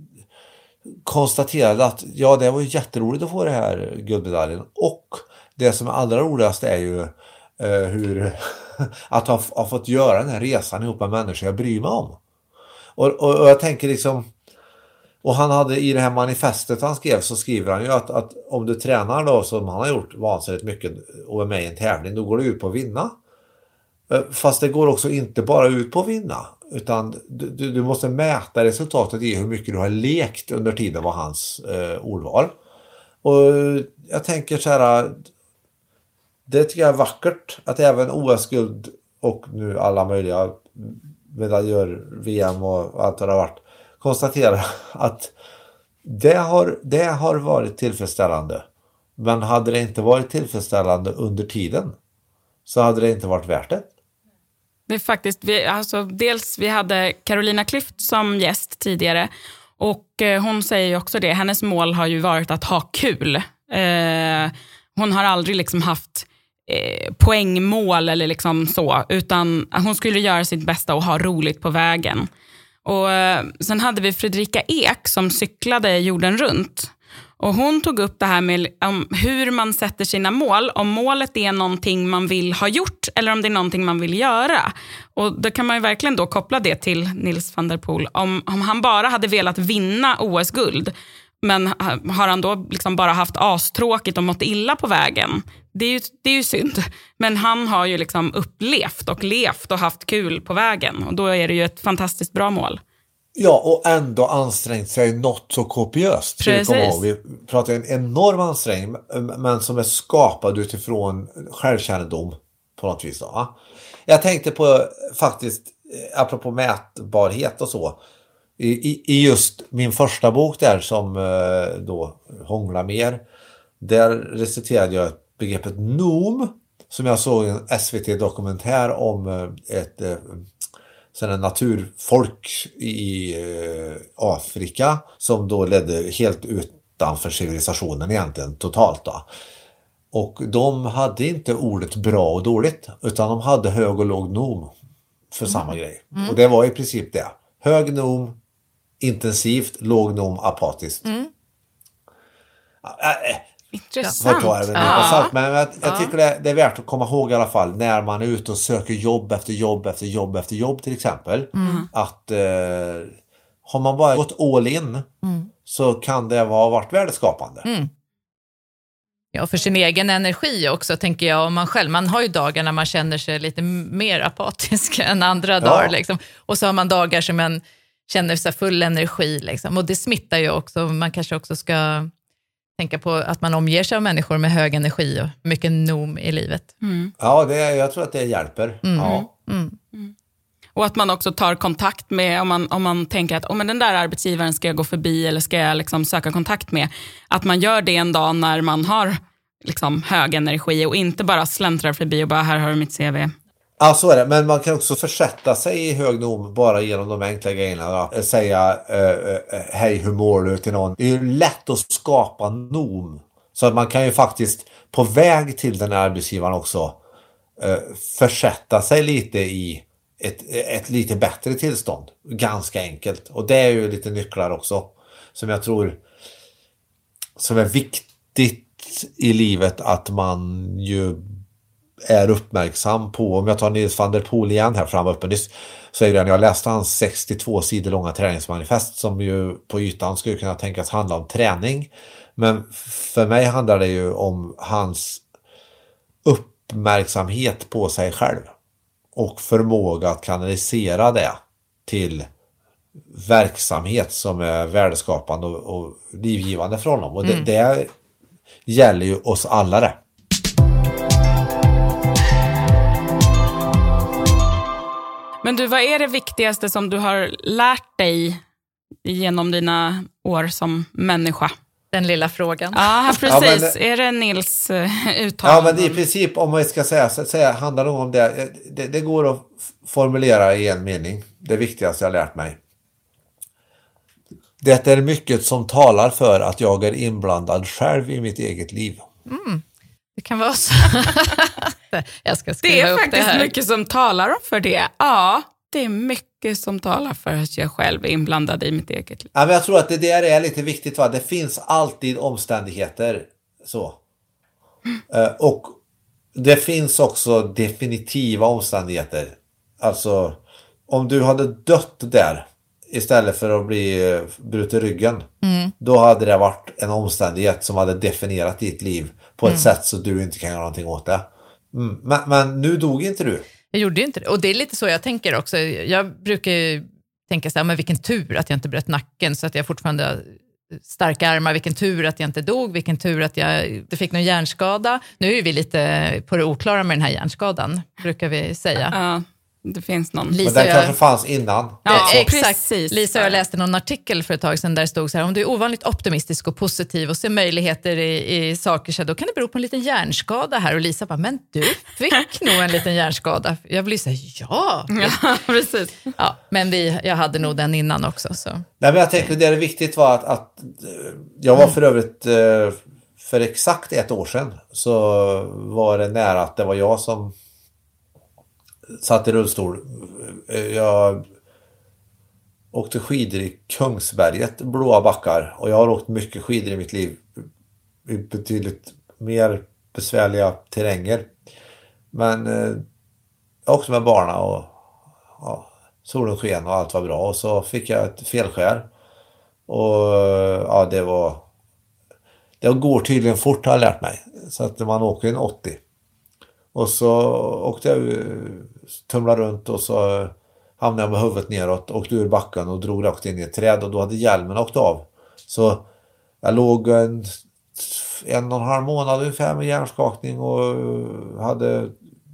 Speaker 1: konstaterade att ja, det var ju jätteroligt att få det här guldmedaljen, och det som är allra roligast är ju hur att ha fått göra den här resan ihop med människor jag bryr mig om. Och jag tänker liksom, och han hade i det här manifestet han skrev, så skriver han ju att om du tränar då som han har gjort vansinnigt mycket och är med i en tävling, då går du ut på att vinna. Fast det går också inte bara ut på att vinna, utan du måste mäta resultatet i hur mycket du har lekt under tiden, var hans ordval. Och jag tänker så här, det tycker jag är vackert att även OS-guld och nu alla möjliga medaljör, VM och allt det har varit, konstaterar att det har varit tillfredsställande. Men hade det inte varit tillfredsställande under tiden så hade det inte varit värt det.
Speaker 2: Det är faktiskt, vi hade Carolina Klüft som gäst tidigare, och hon säger ju också det. Hennes mål har ju varit att ha kul. Hon har aldrig liksom haft poängmål eller liksom så, utan hon skulle göra sitt bästa och ha roligt på vägen. Och sen hade vi Fredrika Ek som cyklade jorden runt. Och hon tog upp det här med hur man sätter sina mål. Om målet är någonting man vill ha gjort eller om det är någonting man vill göra. Och då kan man ju verkligen då koppla det till Nils van der Poel. Om han bara hade velat vinna OS-guld, men har han då liksom bara haft astråkigt och mått illa på vägen, det är ju synd. Men han har ju liksom upplevt och levt och haft kul på vägen. Och då är det ju ett fantastiskt bra mål.
Speaker 1: Ja, och ändå ansträngt sig något så kopiöst.
Speaker 2: Precis.
Speaker 1: Vi pratar en enorm ansträngning, men som är skapad utifrån självkännedom på något vis. Då. Jag tänkte på faktiskt, apropå mätbarhet och så, i just min första bok där som då Hångla mer, där reciterade jag begreppet NOM som jag såg i en SVT-dokumentär om ett en naturfolk i Afrika som då ledde helt utanför civilisationen egentligen totalt då. Och de hade inte ordet bra och dåligt, utan de hade hög och låg nom för samma grej. Och det var i princip det. Hög nom, intensivt, låg nom, apatiskt.
Speaker 2: Intressant.
Speaker 1: Men jag tycker det är värt att komma ihåg i alla fall när man är ute och söker jobb efter jobb efter jobb efter jobb till exempel. Att har man bara gått all in så kan det ha varit värdeskapande.
Speaker 3: Ja, för sin egen energi också tänker jag. Om man har ju dagar när man känner sig lite mer apatisk än andra dagar. Liksom. Och så har man dagar som man känner sig full energi. Liksom. Och det smittar ju också. Man kanske också ska tänka på att man omger sig av människor med hög energi och mycket nom i livet.
Speaker 1: Ja, jag tror att det hjälper. Ja.
Speaker 2: Och att man också tar kontakt med, om man tänker att men den där arbetsgivaren ska jag gå förbi eller ska jag liksom söka kontakt med. Att man gör det en dag när man har liksom hög energi och inte bara släntrar förbi och bara här har du mitt CV.
Speaker 1: Ja, så är det. Men man kan också försätta sig i hög nom bara genom de enkla grejerna. Säga hej, hur mår du till någon. Det är ju lätt att skapa nom. Så att man kan ju faktiskt på väg till den här arbetsgivaren också försätta sig lite i ett lite bättre tillstånd. Ganska enkelt. Och det är ju lite nycklar också. Som jag tror som är viktigt i livet att man ju är uppmärksam på. Om jag tar Nils van der Poel igen här framme uppe nyss, så är det när jag läste hans 62 sidor långa träningsmanifest som ju på ytan skulle kunna tänkas handla om träning. Men för mig handlar det ju om hans uppmärksamhet på sig själv och förmåga att kanalisera det till verksamhet som är värdeskapande och livgivande för honom. Och det gäller ju oss alla det.
Speaker 2: Men du, vad är det viktigaste som du har lärt dig genom dina år som människa?
Speaker 3: Den lilla frågan.
Speaker 2: Ja, precis. Ja, är det Nils uttalande?
Speaker 1: Ja, men i princip om man ska säga handlar det om det. Det går att formulera i en mening. Det viktigaste jag lärt mig. Det är mycket som talar för att jag är inblandad själv i mitt eget liv.
Speaker 3: Det kan vara så. Jag ska skriva
Speaker 2: det är
Speaker 3: upp
Speaker 2: faktiskt
Speaker 3: det här.
Speaker 2: Mycket som talar för det. Ja, det är mycket som talar för att jag själv är inblandad i mitt eget liv.
Speaker 1: Ja, men jag tror att det där är lite viktigt. Va? Det finns alltid omständigheter. Så. Och det finns också definitiva omständigheter. Alltså, om du hade dött där istället för att bli bruten ryggen, då hade det varit en omständighet som hade definierat ditt liv på ett sätt så du inte kan göra någonting åt det. Men nu dog inte du.
Speaker 3: Jag gjorde inte det. Och det är lite så jag tänker också. Jag brukar ju tänka så här, men vilken tur att jag inte bröt nacken så att jag fortfarande har starka armar. Vilken tur att jag inte dog. Vilken tur att jag fick någon hjärnskada. Nu är vi lite på det oklara med den här hjärnskadan, brukar vi säga.
Speaker 2: Ja, det finns någon.
Speaker 1: Men den kanske fanns innan.
Speaker 3: Ja, exakt.
Speaker 2: Precis.
Speaker 3: Lisa och jag läste någon artikel för ett tag sedan där det stod så här: om du är ovanligt optimistisk och positiv och ser möjligheter i saker, så då kan det bero på en liten hjärnskada här. Och Lisa bara, men du fick nog en liten hjärnskada. Jag vill säga ja,
Speaker 2: precis.
Speaker 3: Ja, men jag hade nog den innan också. Så.
Speaker 1: Nej, men jag tänkte det är viktigt var att jag var för övrigt för exakt ett år sedan så var det nära att det var jag som satt i rullstol. Jag åkte skidor i Kungsberget, blåa backar. Och jag har åkt mycket skidor i mitt liv. I betydligt mer besvärliga terränger. Men jag åkte med barna och solen sken och allt var bra. Och så fick jag ett felskär. Och ja, det går tydligen fort, har jag lärt mig. Så att man åker en 80. Och så åkte jag tumlade runt och så hamnade jag med huvudet neråt, åkte ur backen och drog rakt in i ett träd och då hade hjälmen åkt av. Så jag låg en och en halv månad ungefär med hjärnskakning och hade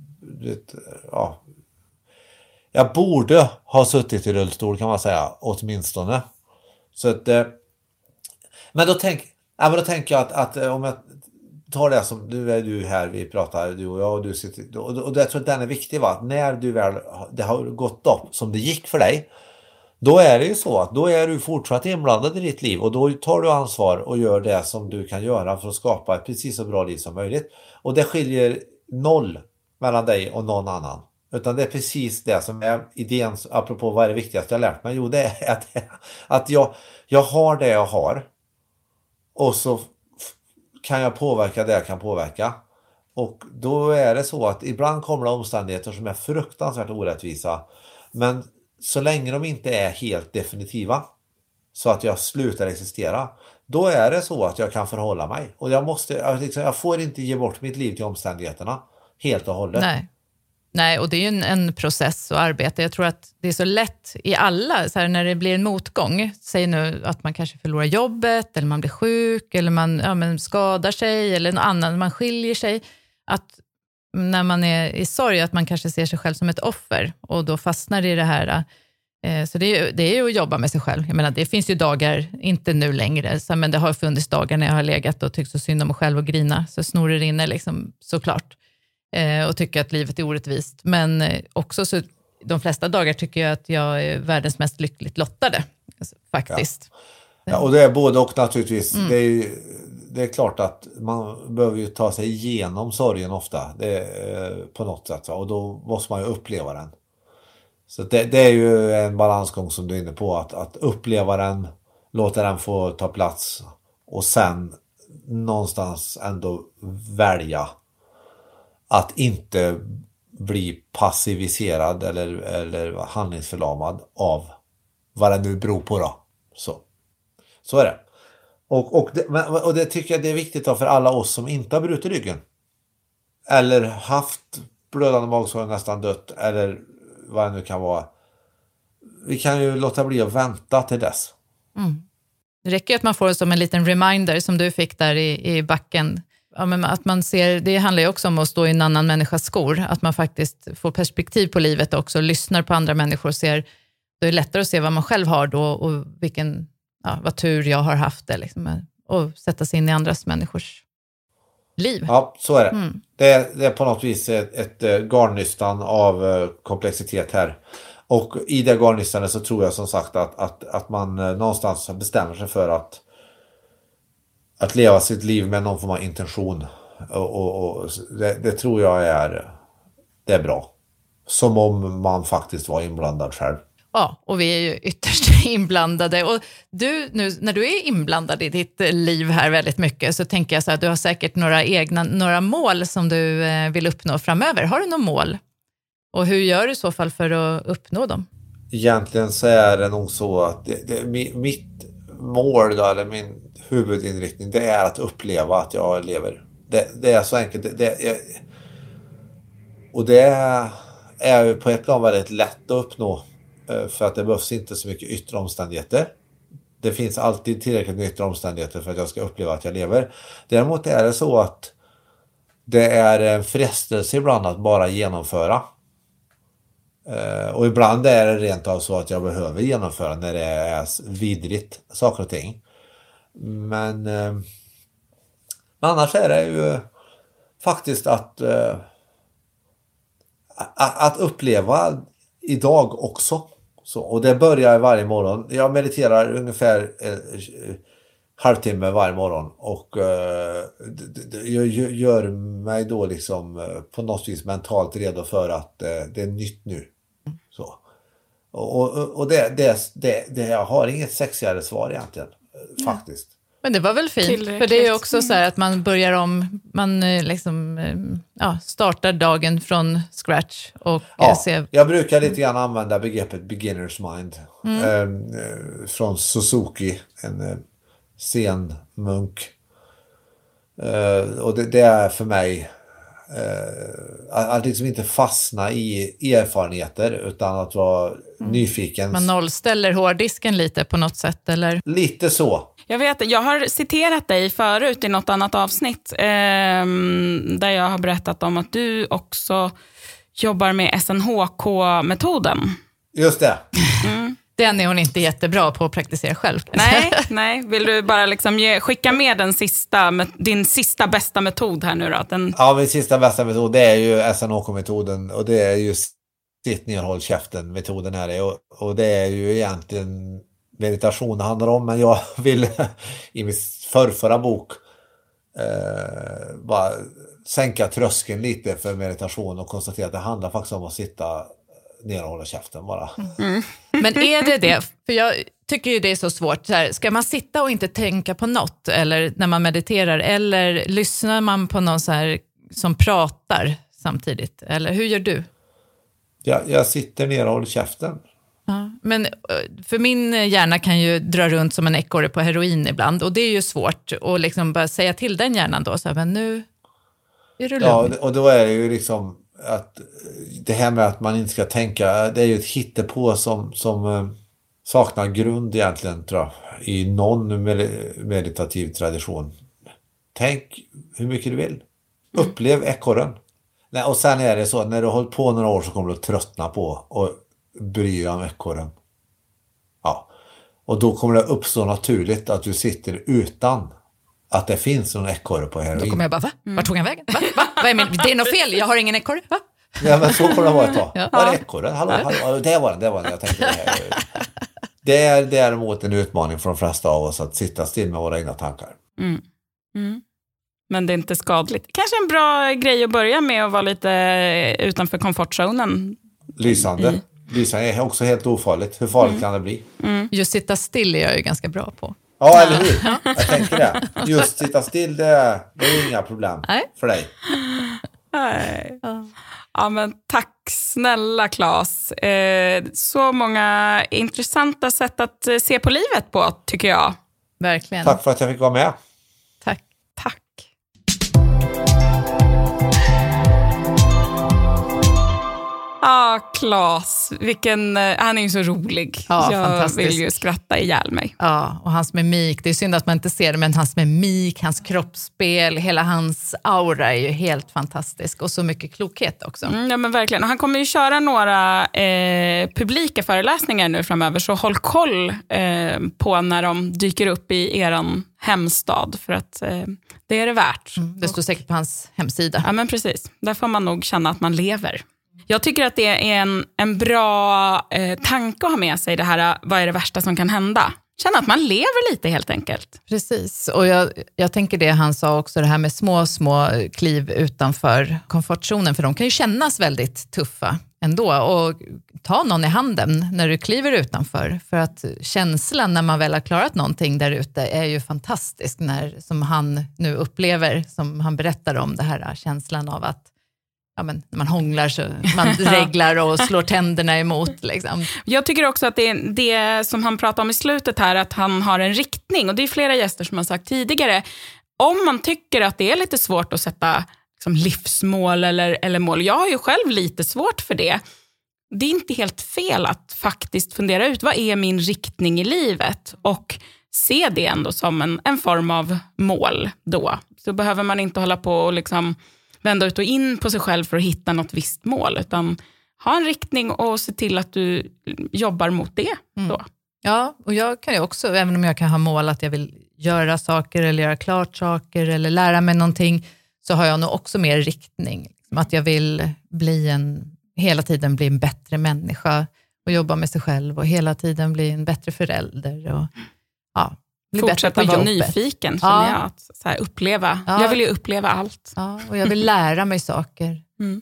Speaker 1: jag borde ha suttit i rullstol, kan man säga, åtminstone. Så att, men då tänker jag att om jag tar det som du är du här, vi pratar, du och jag, och du sitter, och jag tror att den är viktig, va? Att när du väl, det har gått upp som det gick för dig, då är det ju så att då är du fortsatt inblandad i ditt liv och då tar du ansvar och gör det som du kan göra för att skapa ett precis så bra liv som möjligt. Och det skiljer noll mellan dig och någon annan. Utan det är precis det som är idén, apropå vad är det viktigaste jag lärt mig? Jo, det är att jag har det jag har och så kan jag påverka det jag kan påverka. Och då är det så att ibland kommer det omständigheter som är fruktansvärt orättvisa. Men så länge de inte är helt definitiva så att jag slutar existera, då är det så att jag kan förhålla mig. Och jag får inte ge bort mitt liv till omständigheterna helt och hållet.
Speaker 3: Nej, och det är ju en process och arbete. Jag tror att det är så lätt i alla, så här, när det blir en motgång, säg nu att man kanske förlorar jobbet eller man blir sjuk eller man skadar sig eller något annat, man skiljer sig, att när man är i sorg att man kanske ser sig själv som ett offer och då fastnar i det här. Så det är ju att jobba med sig själv. Jag menar, det finns ju dagar, inte nu längre, men det har funnits dagar när jag har legat och tyckt så synd om mig själv och grina. Så snorar det inne liksom, såklart. Och tycker att livet är orättvist. Men också så de flesta dagar tycker jag att jag är världens mest lyckligt lottade. Alltså, faktiskt.
Speaker 1: Ja, och det är både och naturligtvis. Det är klart att man behöver ju ta sig igenom sorgen ofta. På något sätt. Och då måste man ju uppleva den. Så det är ju en balansgång som du är inne på. Att uppleva den, låta den få ta plats. Och sen någonstans ändå välja att inte bli passiviserad eller handlingsförlamad av vad det nu beror på då. Så är det. Och det tycker jag det är viktigt då för alla oss som inte har brutit ryggen. Eller haft blödande magsår nästan dött. Eller vad det nu kan vara. Vi kan ju låta bli att vänta till dess.
Speaker 3: Det räcker att man får som en liten reminder som du fick där i backen. Ja, men att man ser, det handlar ju också om att stå i en annan människas skor. Att man faktiskt får perspektiv på livet också. Lyssnar på andra människor och ser. Det är lättare att se vad man själv har då. Och vad tur jag har haft det. Liksom, och sätta sig in i andras människors liv.
Speaker 1: Ja, så är det. Det är på något vis ett garnnystan av komplexitet här. Och i det garnnystanet så tror jag som sagt att man någonstans bestämmer sig för att leva sitt liv med någon form av intention. Och det tror jag är bra. Som om man faktiskt var inblandad själv.
Speaker 3: Ja, och vi är ju ytterst inblandade. Och du, nu när du är inblandad i ditt liv här väldigt mycket så tänker jag så här, du har säkert några mål som du vill uppnå framöver. Har du några mål? Och hur gör du i så fall för att uppnå dem?
Speaker 1: Egentligen så är det nog så att mitt mål då, eller min huvudinriktning, det är att uppleva att jag lever. Det är så enkelt. Och det är ju på ett plan väldigt lätt att uppnå. För att det behövs inte så mycket yttre omständigheter. Det finns alltid tillräckligt med yttre omständigheter för att jag ska uppleva att jag lever. Däremot är det så att det är en frestelse ibland att bara genomföra. Och ibland är det rent av så att jag behöver genomföra när det är vidrigt saker och ting. Men annars är det ju faktiskt att uppleva idag också. Så, och det börjar varje morgon. Jag mediterar ungefär halvtimme varje morgon. Och det gör mig då liksom på något vis mentalt redo för att det är nytt nu. Så. Och jag har inget sexigare svar egentligen. Faktiskt.
Speaker 3: Men det var väl fint, för det är också så här att man börjar om, man liksom startar dagen från scratch. Och
Speaker 1: jag brukar lite grann använda begreppet beginner's mind från Suzuki, en zen-munk. Och det är för mig att liksom inte fastna i erfarenheter utan att vara nyfiken.
Speaker 3: Man nollställer hårddisken lite på något sätt, eller?
Speaker 1: Lite så.
Speaker 2: Jag har citerat dig förut i något annat avsnitt där jag har berättat om att du också jobbar med SNHK-metoden.
Speaker 1: Just det.
Speaker 3: Den är hon inte jättebra på att praktisera själv.
Speaker 2: Nej. Vill du bara liksom skicka med din sista bästa metod här nu då?
Speaker 1: Ja, min sista bästa metod det är ju SNHK-metoden och det är ju sitt ner, håll käften-metoden här. Och det är ju egentligen meditation det handlar om, men jag vill i min förra bok bara sänka tröskeln lite för meditation och konstatera att det handlar faktiskt om att sitta ner och hålla käften bara.
Speaker 3: Men är det? För jag tycker ju det är så svårt. Så här, ska man sitta och inte tänka på något eller när man mediterar, eller lyssnar man på någon så här som pratar samtidigt? Eller hur gör du?
Speaker 1: Jag sitter ner och håller käften.
Speaker 3: Ja, men för min hjärna kan ju dra runt som en ekorre på heroin ibland, och det är ju svårt att liksom bara säga till den hjärnan då, så här, men nu är du lugn.
Speaker 1: Ja, och då är det ju liksom att det här med att man inte ska tänka, det är ju ett hittepå som saknar grund egentligen, tror jag, i någon meditativ tradition. Tänk hur mycket du vill. Upplev ekorren. Nej, och sen är det så, när du har hållit på några år så kommer du att tröttna på och bry dig om ekorren. Ja. Och då kommer det uppstå naturligt att du sitter utan att det finns någon ekorre på heroin.
Speaker 3: Då kommer jag bara, va? Vart tog han vägen? Va? Vad är det är något fel, jag har ingen ekorre. Va?
Speaker 1: Ja, men så kommer det vara ett tag.
Speaker 3: Ja.
Speaker 1: Var är ekorren? Hallå, det var den. Jag tänkte det är däremot en utmaning för de flesta av oss att sitta still med våra egna tankar.
Speaker 2: Men det är inte skadligt. Kanske en bra grej att börja med att vara lite utanför komfortzonen.
Speaker 1: Lysande. Lysande är också helt ofarligt. Hur farligt kan det bli?
Speaker 3: Just sitta still är jag ju ganska bra på.
Speaker 1: Ja, eller hur? Jag tänker det. Just sitta still, det är inga problem för dig.
Speaker 2: Nej. Ja, men tack snälla Claes. Så många intressanta sätt att se på livet på, tycker jag.
Speaker 3: Verkligen.
Speaker 1: Tack för att jag fick vara med.
Speaker 3: Tack.
Speaker 2: Ja, Claes. Han är ju så rolig.
Speaker 3: Ja,
Speaker 2: jag
Speaker 3: fantastisk.
Speaker 2: vill ju skratta ihjäl mig.
Speaker 3: Ja, och hans mimik, det är synd att man inte ser det, men hans mimik, hans kroppsspel, hela hans aura är ju helt fantastisk. Och så mycket klokhet också.
Speaker 2: Ja, men verkligen. Och han kommer ju köra några publika föreläsningar nu framöver, så håll koll på när de dyker upp i eran hemstad, för att det är det värt.
Speaker 3: Det står säkert på hans hemsida.
Speaker 2: Ja, men precis. Där får man nog känna att man lever. Jag tycker att det är en bra tanke att ha med sig, det här, vad är det värsta som kan hända? Känna att man lever lite helt enkelt.
Speaker 3: Precis, och jag tänker det han sa också, det här med små kliv utanför komfortzonen, för de kan ju kännas väldigt tuffa ändå, och ta någon i handen när du kliver utanför, för att känslan när man väl har klarat någonting där ute är ju fantastisk, som han nu upplever, som han berättar om, det här känslan av att när man hånglar så man reglar och slår tänderna emot. Liksom.
Speaker 2: Jag tycker också att det som han pratar om i slutet här, att han har en riktning, och det är flera gäster som har sagt tidigare, om man tycker att det är lite svårt att sätta liksom, livsmål eller mål, jag har ju själv lite svårt för det. Det är inte helt fel att faktiskt fundera ut, vad är min riktning i livet, och se det ändå som en form av mål då. Så behöver man inte hålla på och liksom vända ut och in på sig själv för att hitta något visst mål, utan ha en riktning och se till att du jobbar mot det då.
Speaker 3: Ja, och jag kan ju också, även om jag kan ha mål att jag vill göra saker eller göra klart saker eller lära mig någonting, så har jag nog också mer riktning. Att jag vill hela tiden bli en bättre människa och jobba med sig själv, och hela tiden bli en bättre förälder och bli
Speaker 2: fortsätta
Speaker 3: bättre på
Speaker 2: vara
Speaker 3: jobbet.
Speaker 2: nyfiken, känner jag. Att, så här, uppleva. Ja. Jag vill ju uppleva allt.
Speaker 3: Ja, och jag vill lära mig saker.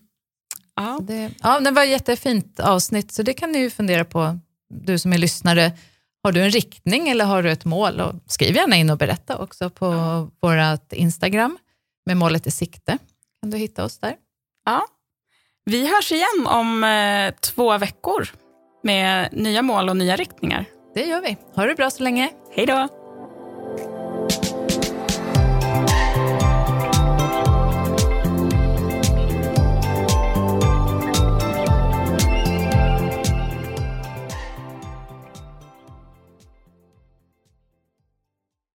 Speaker 2: Ja.
Speaker 3: Det var ett jättefint avsnitt, så det kan ni ju fundera på, du som är lyssnare. Har du en riktning eller har du ett mål? Och skriv gärna in och berätta också på vårt Instagram med målet i sikte. Kan du hitta oss där?
Speaker 2: Ja. Vi hörs igen om 2 veckor med nya mål och nya riktningar.
Speaker 3: Det gör vi. Ha det bra så länge.
Speaker 2: Hej då!